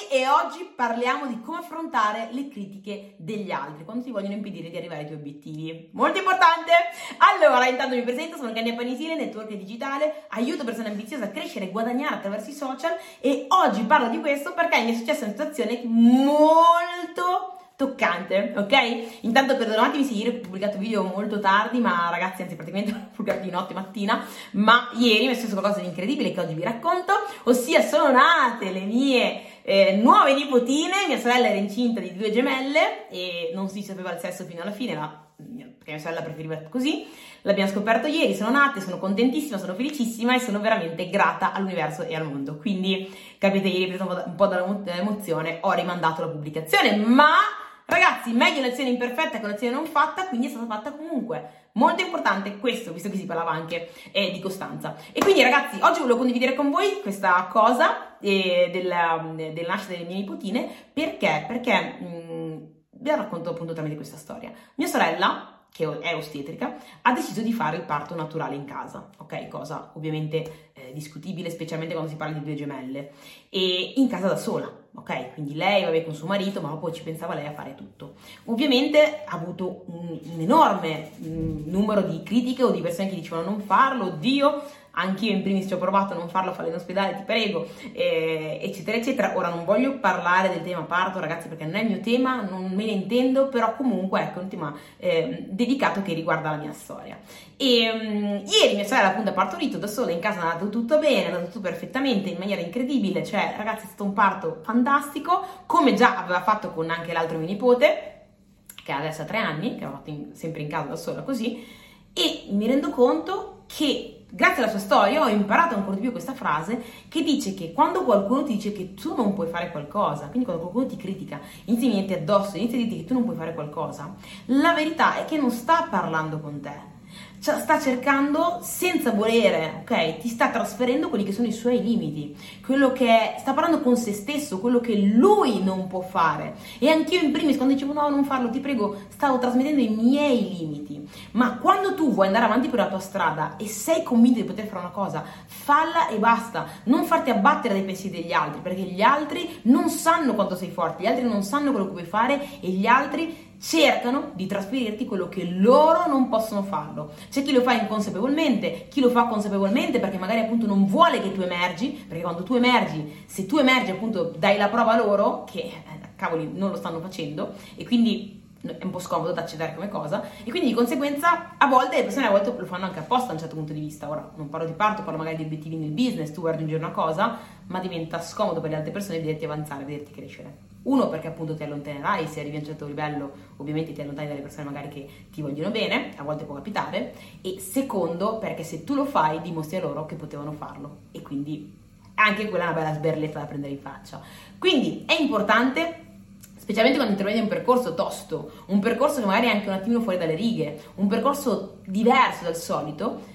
e oggi parliamo di come affrontare le critiche degli altri quando ti vogliono impedire di arrivare ai tuoi obiettivi. Molto importante! Allora, intanto mi presento, sono Kenya Panisile, network digitale, aiuto persone ambiziose a crescere e guadagnare attraverso i social e oggi parlo di questo perché mi è successa una situazione molto toccante, ok? Intanto perdonatemi se ieri ho pubblicato video molto tardi, ma ragazzi, anzi praticamente l'ho pubblicato di notte mattina, ma ieri mi è successo qualcosa di incredibile che oggi vi racconto, ossia sono nate le mie nuove nipotine, mia sorella era incinta di 2 gemelle e non si sapeva il sesso fino alla fine, perché mia sorella preferiva così, l'abbiamo scoperto ieri, sono nate, sono contentissima, sono felicissima e sono veramente grata all'universo e al mondo, quindi capite, ieri preso un po' dall'emozione, ho rimandato la pubblicazione, ma ragazzi, meglio un'azione imperfetta che un'azione non fatta, quindi è stata fatta comunque. Molto importante questo, visto che si parlava anche di costanza. E quindi ragazzi, oggi volevo condividere con voi questa cosa della nascita delle mie nipotine, perché vi racconto appunto tramite questa storia. Mia sorella, che è ostetrica, ha deciso di fare il parto naturale in casa, ok? Cosa ovviamente discutibile, specialmente quando si parla di 2 gemelle, e in casa da sola, ok? Quindi lei, vabbè, con suo marito, ma poi ci pensava lei a fare tutto. Ovviamente ha avuto un enorme numero di critiche o di persone che dicevano non farlo, oddio, anch'io in primis ci ho provato a non farlo, farlo in ospedale, ti prego, eccetera, eccetera. Ora non voglio parlare del tema parto, ragazzi, perché non è il mio tema, non me ne intendo, però comunque ecco un tema dedicato che riguarda la mia storia. E ieri mia sorella appunto ha partorito da sola, in casa è andato tutto bene, è andato tutto perfettamente, in maniera incredibile, cioè ragazzi è stato un parto fantastico, come già aveva fatto con anche l'altro mio nipote, che adesso ha 3 anni, che aveva fatto sempre in casa da sola così, e mi rendo conto che grazie alla sua storia ho imparato ancora di più questa frase che dice che quando qualcuno ti dice che tu non puoi fare qualcosa, quindi quando qualcuno ti critica, inizia a niente addosso, inizia a dirti che tu non puoi fare qualcosa, la verità è che non sta parlando con te, cioè, sta cercando senza volere, ok? Ti sta trasferendo quelli che sono i suoi limiti, quello che sta parlando con se stesso, quello che lui non può fare. E anch'io in primis quando dicevo no, non farlo, ti prego, stavo trasmettendo i miei limiti. Ma quando tu vuoi andare avanti per la tua strada e sei convinto di poter fare una cosa, falla e basta. Non farti abbattere dai pensieri degli altri, perché gli altri non sanno quanto sei forte, gli altri non sanno quello che puoi fare e gli altri cercano di trasferirti quello che loro non possono farlo. C'è chi lo fa inconsapevolmente, chi lo fa consapevolmente perché magari appunto non vuole che tu emergi, perché quando tu emergi, se tu emergi appunto dai la prova loro che cavoli non lo stanno facendo e quindi è un po' scomodo da accettare come cosa e quindi di conseguenza a volte le persone lo fanno anche apposta da un certo punto di vista. Ora non parlo di parto, parlo magari di obiettivi nel business, tu vuoi raggiungere una cosa ma diventa scomodo per le altre persone vederti avanzare, vederti crescere. Uno, perché appunto ti allontanerai, se arrivi a un certo livello ovviamente ti allontani dalle persone magari che ti vogliono bene, a volte può capitare, e secondo perché se tu lo fai dimostri a loro che potevano farlo e quindi anche quella è una bella sberletta da prendere in faccia. Quindi è importante, specialmente quando intervieni in un percorso tosto, un percorso che magari è anche un attimino fuori dalle righe, un percorso diverso dal solito,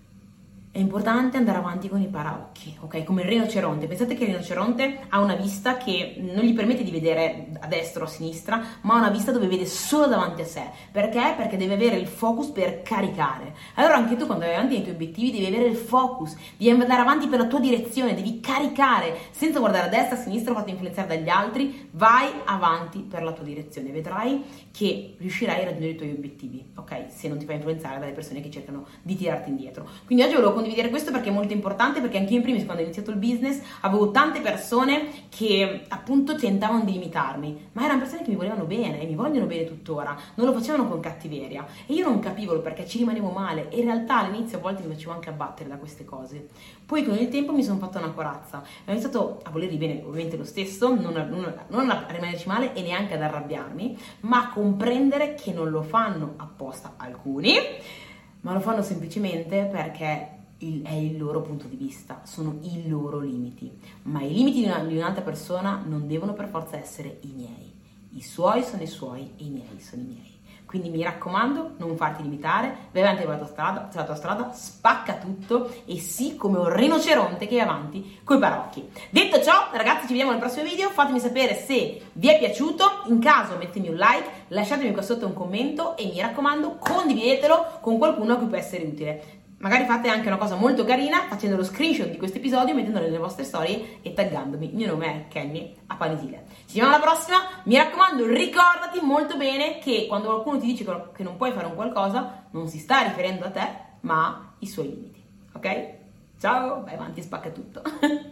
è importante andare avanti con i paraocchi, ok? Come il rinoceronte. Pensate che il rinoceronte ha una vista che non gli permette di vedere a destra o a sinistra, ma ha una vista dove vede solo davanti a sé. Perché? Perché deve avere il focus per caricare. Allora anche tu quando vai avanti nei tuoi obiettivi devi avere il focus, devi andare avanti per la tua direzione, devi caricare, senza guardare a destra, a sinistra o farti influenzare dagli altri, vai avanti per la tua direzione. Vedrai che riuscirai a raggiungere i tuoi obiettivi, ok? Se non ti fai influenzare dalle persone che cercano di tirarti indietro. Quindi oggi volevo condividere questo perché è molto importante, perché anche io in primis quando ho iniziato il business avevo tante persone che appunto tentavano di limitarmi, ma erano persone che mi volevano bene e mi vogliono bene tuttora, non lo facevano con cattiveria e io non capivo perché ci rimanevo male e in realtà all'inizio a volte mi facevo anche abbattere da queste cose. Poi con il tempo mi sono fatta una corazza, ho iniziato a volerli bene ovviamente lo stesso, non a rimanerci male e neanche ad arrabbiarmi, ma a comprendere che non lo fanno apposta alcuni, ma lo fanno semplicemente perché è il loro punto di vista, sono i loro limiti, ma i limiti di un'altra persona non devono per forza essere i miei, i suoi sono i suoi e i miei sono i miei. Quindi mi raccomando, non farti limitare, vai avanti per la tua strada, spacca tutto e sii come un rinoceronte che va avanti coi paraocchi. Detto ciò, ragazzi, ci vediamo nel prossimo video, fatemi sapere se vi è piaciuto, in caso mettimi un like, lasciatemi qua sotto un commento e mi raccomando, condividetelo con qualcuno a cui può essere utile. magari fate anche una cosa molto carina facendo lo screenshot di questo episodio, mettendolo nelle vostre storie e taggandomi. Il mio nome è Kenny Apanisile. Ci vediamo alla prossima. Mi raccomando, ricordati molto bene che quando qualcuno ti dice che non puoi fare un qualcosa, non si sta riferendo a te, ma ai suoi limiti. Ok? Ciao, vai avanti, spacca tutto.